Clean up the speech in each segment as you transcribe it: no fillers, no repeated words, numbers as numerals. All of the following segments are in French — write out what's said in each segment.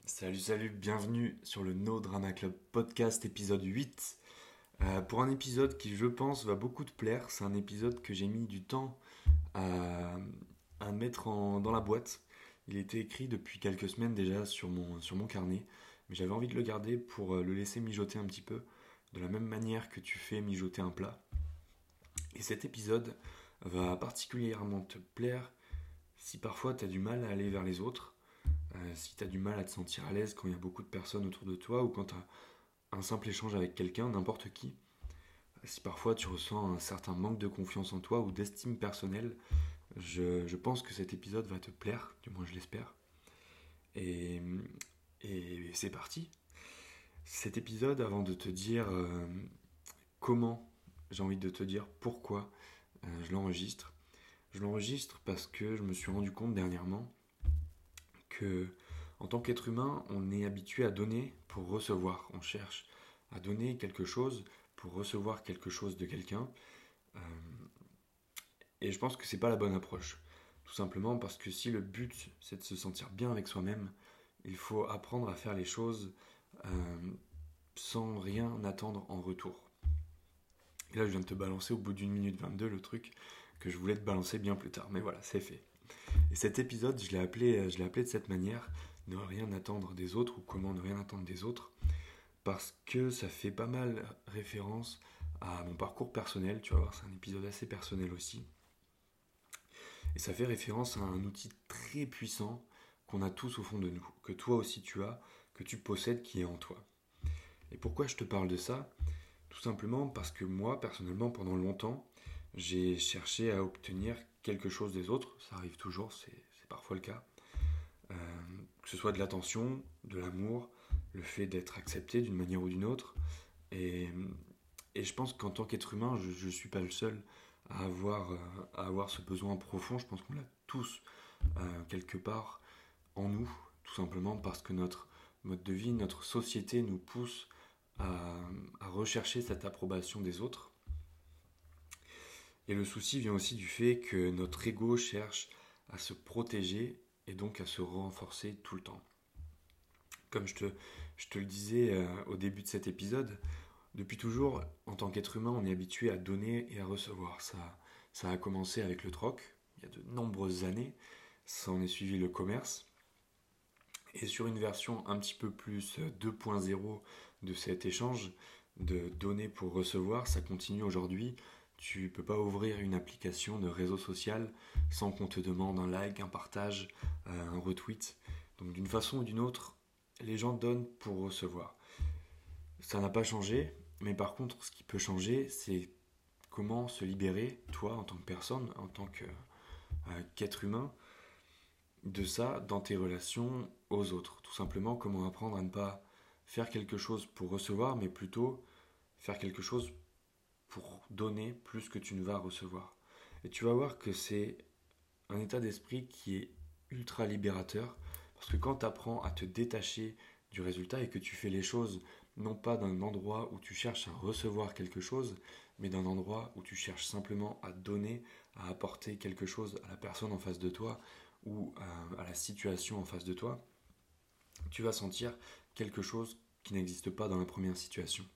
Salut, bienvenue sur le No Drama Club podcast épisode 8. Pour un épisode qui, je pense, va beaucoup te plaire. C'est un épisode que j'ai mis du temps à, à mettre dans la boîte. Il était écrit depuis quelques semaines déjà sur mon carnet, mais j'avais envie de le garder pour le laisser mijoter un petit peu, de la même manière que tu fais mijoter un plat. Et cet épisode va particulièrement te plaire si parfois tu as du mal à aller vers les autres, si tu as du mal à te sentir à l'aise quand il y a beaucoup de personnes autour de toi ou quand tu as un simple échange avec quelqu'un, n'importe qui. Si parfois tu ressens un certain manque de confiance en toi ou d'estime personnelle, je pense que cet épisode va te plaire, du moins je l'espère. Et, et c'est parti. Cet épisode, avant de te dire comment, j'ai envie de te dire pourquoi je l'enregistre. Je l'enregistre parce que je me suis rendu compte dernièrement que en tant qu'être humain, on est habitué à donner pour recevoir. On cherche à donner quelque chose pour recevoir quelque chose de quelqu'un. Euh, et je pense que c'est pas la bonne approche. Tout simplement parce que si le but c'est de se sentir bien avec soi-même, il faut apprendre à faire les choses sans rien attendre en retour. Et là, je viens de te balancer au bout d'une minute 22 le truc que je voulais te balancer bien plus tard. Mais voilà, c'est fait. Et cet épisode, je l'ai appelé de cette manière, ne rien attendre des autres ou comment ne rien attendre des autres, parce que ça fait pas mal référence à mon parcours personnel, tu vas voir, c'est un épisode assez personnel aussi. Et ça fait référence à un outil très puissant qu'on a tous au fond de nous, que toi aussi tu as, que tu possèdes, qui est en toi. Et pourquoi je te parle de ça? Tout simplement parce que moi, personnellement, pendant longtemps, j'ai cherché à obtenir quelque chose des autres, ça arrive toujours, c'est parfois le cas. Euh, que ce soit de l'attention, de l'amour, le fait d'être accepté d'une manière ou d'une autre. Et, et je pense qu'en tant qu'être humain, je ne suis pas le seul à avoir ce besoin profond. Je pense qu'on l'a tous quelque part en nous, tout simplement parce que notre mode de vie, notre société nous pousse à rechercher cette approbation des autres. Et le souci vient aussi du fait que notre ego cherche à se protéger et donc à se renforcer tout le temps. Comme je te le disais au début de cet épisode, depuis toujours, en tant qu'être humain, on est habitué à donner et à recevoir. Ça a commencé avec le troc, il y a de nombreuses années. Ça en est suivi le commerce. Et sur une version un petit peu plus 2.0 de cet échange de donner pour recevoir, ça continue aujourd'hui. Tu ne peux pas ouvrir une application de réseau social sans qu'on te demande un like, un partage, un retweet. Donc d'une façon ou d'une autre, les gens donnent pour recevoir. Ça n'a pas changé, mais par contre, ce qui peut changer, c'est comment se libérer, toi, en tant que personne, en tant qu'être humain, de ça dans tes relations aux autres. Tout simplement, comment apprendre à ne pas faire quelque chose pour recevoir, mais plutôt faire quelque chose pour donner plus que tu ne vas recevoir. Et tu vas voir que c'est un état d'esprit qui est ultra libérateur, parce que quand tu apprends à te détacher du résultat et que tu fais les choses non pas d'un endroit où tu cherches à recevoir quelque chose, mais d'un endroit où tu cherches simplement à donner, à apporter quelque chose à la personne en face de toi ou à la situation en face de toi, tu vas sentir quelque chose qui n'existe pas dans la première situation.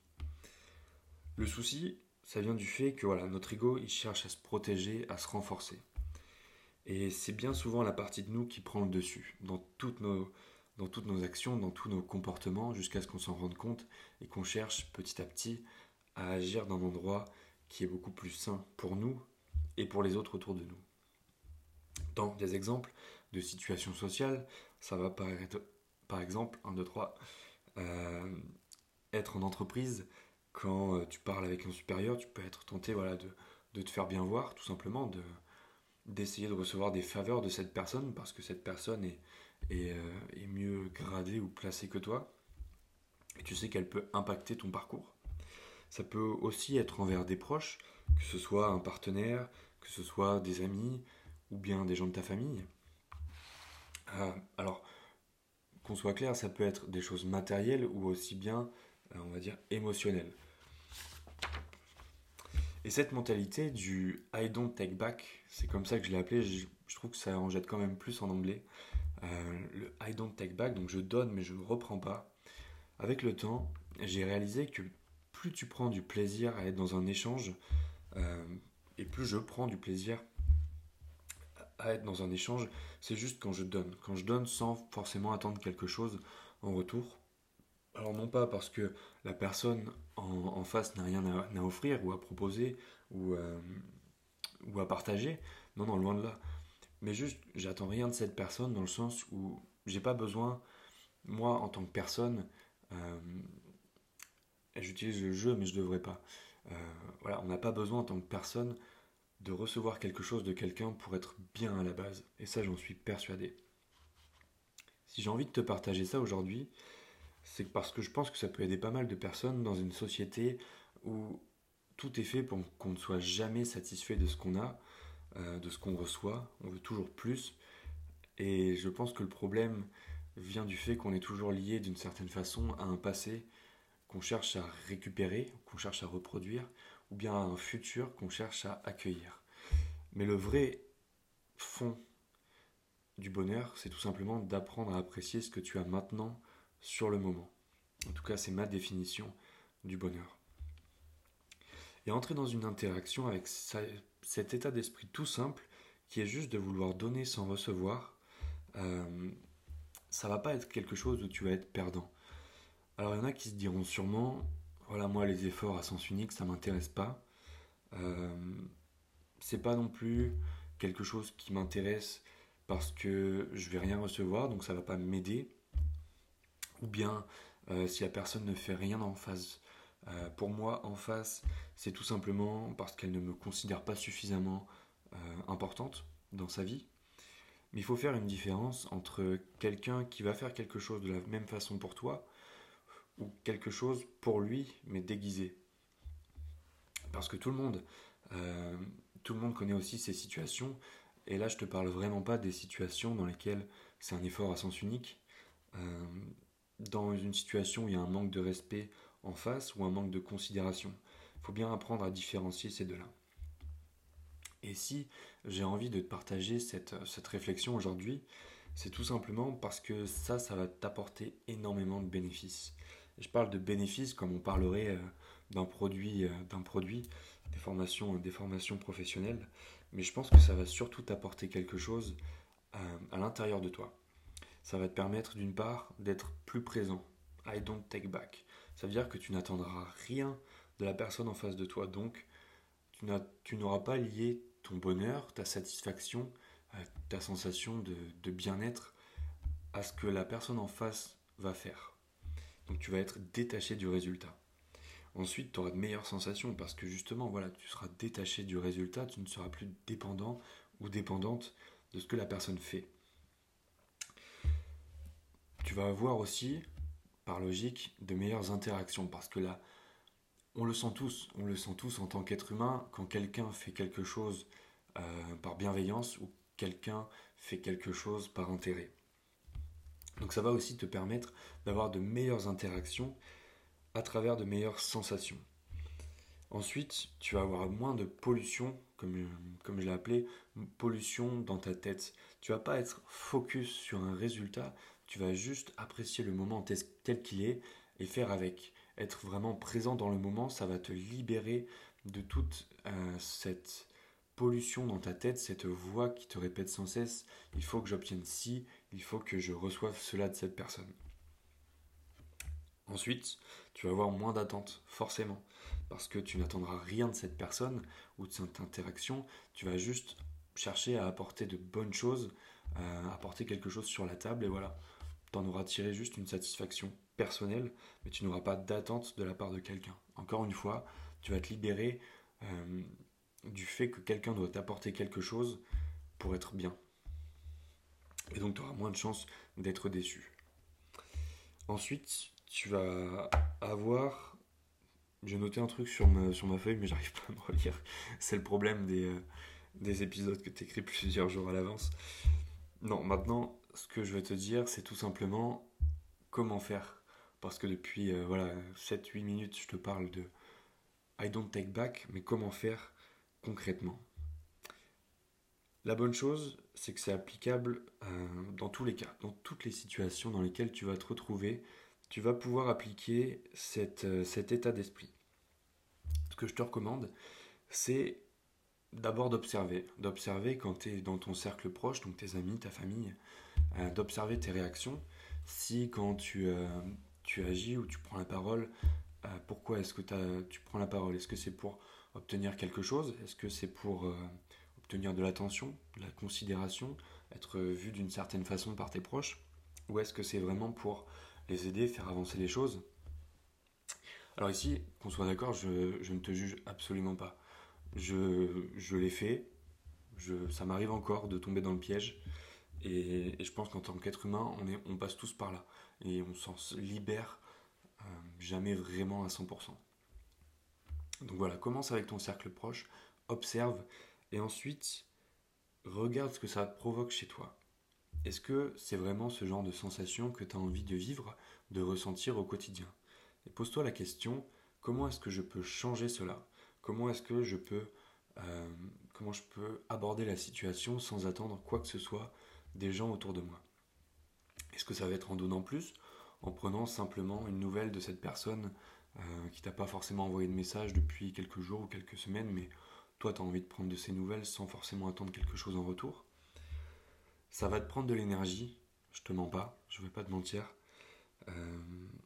Le souci, ça vient du fait que voilà, notre ego, il cherche à se protéger, à se renforcer. Et c'est bien souvent la partie de nous qui prend le dessus dans toutes nos actions, dans tous nos comportements, jusqu'à ce qu'on s'en rende compte et qu'on cherche petit à petit à agir d'un endroit qui est beaucoup plus sain pour nous et pour les autres autour de nous. Dans des exemples de situations sociales, ça va paraître, par exemple, 1, 2, 3, euh, être en entreprise, quand tu parles avec un supérieur, tu peux être tenté voilà, de te faire bien voir, tout simplement, d'essayer de recevoir des faveurs de cette personne parce que cette personne est mieux gradée ou placée que toi et tu sais qu'elle peut impacter ton parcours. Ça peut aussi être envers des proches, que ce soit un partenaire, que ce soit des amis ou bien des gens de ta famille. Alors, qu'on soit clair, ça peut être des choses matérielles ou aussi bien, on va dire, émotionnelles. Et cette mentalité du I don't take back, c'est comme ça que je l'ai appelé, je trouve que ça en jette quand même plus en anglais. le I don't take back, donc je donne mais je ne reprends pas. Avec le temps, j'ai réalisé que plus tu prends du plaisir à être dans un échange, euh, et plus je prends du plaisir à être dans un échange, c'est juste quand je donne. Quand je donne sans forcément attendre quelque chose en retour. Alors non pas parce que la personne en face n'a rien à offrir ou à proposer ou, euh, ou à partager. Non, non, loin de là. Mais juste, j'attends rien de cette personne dans le sens où j'ai pas besoin, moi en tant que personne, euh, j'utilise le jeu mais je devrais pas. Voilà, on n'a pas besoin en tant que personne de recevoir quelque chose de quelqu'un pour être bien à la base. Et ça, j'en suis persuadé. Si j'ai envie de te partager ça aujourd'hui, c'est parce que je pense que ça peut aider pas mal de personnes dans une société où tout est fait pour qu'on ne soit jamais satisfait de ce qu'on a, de ce qu'on reçoit. On veut toujours plus. Et je pense que le problème vient du fait qu'on est toujours lié d'une certaine façon à un passé qu'on cherche à récupérer, qu'on cherche à reproduire, ou bien à un futur qu'on cherche à accueillir. Mais le vrai fond du bonheur, c'est tout simplement d'apprendre à apprécier ce que tu as maintenant sur le moment. En tout cas, c'est ma définition du bonheur. Et entrer dans une interaction avec cet état d'esprit tout simple, qui est juste de vouloir donner sans recevoir, euh, ça va pas être quelque chose où tu vas être perdant. Alors il y en a qui se diront sûrement, voilà, moi les efforts à sens unique, ça m'intéresse pas. Euh, c'est pas non plus quelque chose qui m'intéresse parce que je vais rien recevoir, donc ça va pas m'aider. Ou bien si la personne ne fait rien en face, pour moi en face, c'est tout simplement parce qu'elle ne me considère pas suffisamment importante dans sa vie. Mais il faut faire une différence entre quelqu'un qui va faire quelque chose de la même façon pour toi ou quelque chose pour lui mais déguisé. Parce que euh, tout le monde connaît aussi ces situations. Et là, je te parle vraiment pas des situations dans lesquelles c'est un effort à sens unique. Euh, dans une situation où il y a un manque de respect en face ou un manque de considération. Il faut bien apprendre à différencier ces deux-là. Et si j'ai envie de te partager cette réflexion aujourd'hui, c'est tout simplement parce que ça va t'apporter énormément de bénéfices. Et je parle de bénéfices comme on parlerait d'un produit, des formations professionnelles, mais je pense que ça va surtout t'apporter quelque chose à l'intérieur de toi. Ça va te permettre d'une part d'être plus présent. I don't take back. Ça veut dire que tu n'attendras rien de la personne en face de toi. Donc, tu n'auras pas lié ton bonheur, ta satisfaction, ta sensation de bien-être à ce que la personne en face va faire. Donc, tu vas être détaché du résultat. Ensuite, tu auras de meilleures sensations parce que justement, voilà, tu seras détaché du résultat, tu ne seras plus dépendant ou dépendante de ce que la personne fait. Tu vas avoir aussi, par logique, de meilleures interactions parce que là, on le sent tous en tant qu'être humain quand quelqu'un fait quelque chose par bienveillance ou quelqu'un fait quelque chose par intérêt. Donc ça va aussi te permettre d'avoir de meilleures interactions à travers de meilleures sensations. Ensuite, tu vas avoir moins de pollution, comme je l'ai appelé, pollution dans ta tête. Tu vas pas être focus sur un résultat, tu vas juste apprécier le moment tel qu'il est et faire avec. Être vraiment présent dans le moment, ça va te libérer de toute cette pollution dans ta tête, cette voix qui te répète sans cesse, il faut que j'obtienne ci, il faut que je reçoive cela de cette personne. Ensuite, tu vas avoir moins d'attentes, forcément, parce que tu n'attendras rien de cette personne ou de cette interaction, tu vas juste chercher à apporter de bonnes choses, apporter quelque chose sur la table, et voilà, tu en auras tiré juste une satisfaction personnelle, mais tu n'auras pas d'attente de la part de quelqu'un. Encore une fois, tu vas te libérer du fait que quelqu'un doit t'apporter quelque chose pour être bien. Et donc tu auras moins de chances d'être déçu. Ensuite, tu vas avoir. J'ai noté un truc sur ma feuille, mais j'arrive pas à me relire. C'est le problème des épisodes que tu écris plusieurs jours à l'avance. Non, maintenant, ce que je vais te dire, c'est tout simplement comment faire. Parce que depuis voilà, 7-8 minutes, je te parle de I don't take back, mais comment faire concrètement. La bonne chose, c'est que c'est applicable dans tous les cas, dans toutes les situations dans lesquelles tu vas te retrouver, tu vas pouvoir appliquer cet état d'esprit. Ce que je te recommande, c'est d'abord d'observer quand tu es dans ton cercle proche, donc tes amis, ta famille, d'observer tes réactions. Si quand tu agis ou tu prends la parole, pourquoi est-ce que tu prends la parole? Est-ce que c'est pour obtenir quelque chose? Est-ce que c'est pour obtenir de l'attention, de la considération, être vu d'une certaine façon par tes proches? Ou est-ce que c'est vraiment pour les aider, faire avancer les choses? Alors ici, qu'on soit d'accord, je ne te juge absolument pas. Je l'ai fait, ça m'arrive encore de tomber dans le piège, et je pense qu'en tant qu'être humain, on passe tous par là, et on s'en libère jamais vraiment à 100%. Donc voilà, commence avec ton cercle proche, observe, et ensuite, regarde ce que ça provoque chez toi. Est-ce que c'est vraiment ce genre de sensation que tu as envie de vivre, de ressentir au quotidien? Et pose-toi la question, comment est-ce que je peux changer cela? Comment est-ce que euh, comment je peux aborder la situation sans attendre quoi que ce soit des gens autour de moi? Est-ce que ça va être en donnant plus, en prenant simplement une nouvelle de cette personne qui t'a pas forcément envoyé de message depuis quelques jours ou quelques semaines, mais toi tu as envie de prendre de ces nouvelles sans forcément attendre quelque chose en retour? Ça va te prendre de l'énergie, je te mens pas, je vais pas te mentir. Euh,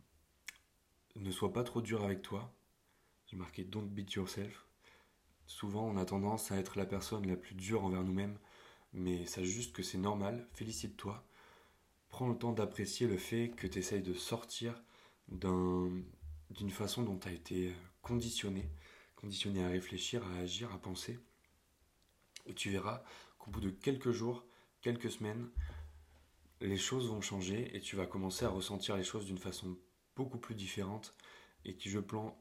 ne sois pas trop dur avec toi. J'ai marqué don't beat yourself. Souvent on a tendance à être la personne la plus dure envers nous-mêmes, mais sache juste que c'est normal, félicite-toi. Prends le temps d'apprécier le fait que tu essayes de sortir d'une façon dont tu as été conditionné à réfléchir, à agir, à penser. Et tu verras qu'au bout de quelques jours, quelques semaines, les choses vont changer et tu vas commencer à ressentir les choses d'une façon beaucoup plus différente et qui,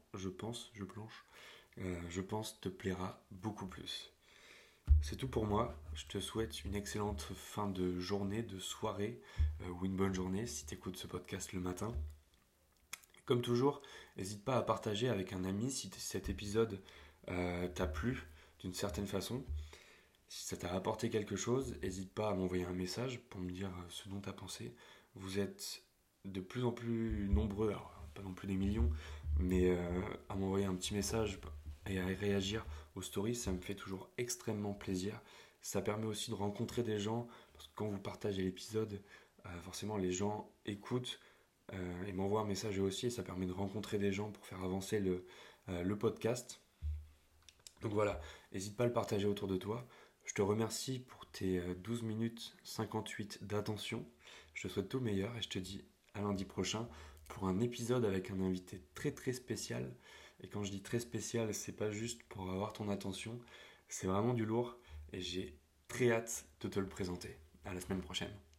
je pense, te plaira beaucoup plus. C'est tout pour moi. Je te souhaite une excellente fin de journée, de soirée ou une bonne journée si tu écoutes ce podcast le matin. Comme toujours, n'hésite pas à partager avec un ami si cet épisode t'a plu d'une certaine façon. Si ça t'a apporté quelque chose, n'hésite pas à m'envoyer un message pour me dire ce dont tu as pensé. Vous êtes de plus en plus nombreux, alors pas non plus des millions, mais à m'envoyer un petit message et à réagir aux stories, ça me fait toujours extrêmement plaisir. Ça permet aussi de rencontrer des gens, parce que quand vous partagez l'épisode, forcément les gens écoutent et m'envoient un message eux aussi, et ça permet de rencontrer des gens pour faire avancer le podcast. Donc voilà, n'hésite pas à le partager autour de toi. Je te remercie pour tes 12 minutes 58 d'attention. Je te souhaite tout le meilleur et je te dis à lundi prochain pour un épisode avec un invité très très spécial. Et quand je dis très spécial, c'est pas juste pour avoir ton attention, c'est vraiment du lourd et j'ai très hâte de te le présenter. À la semaine prochaine.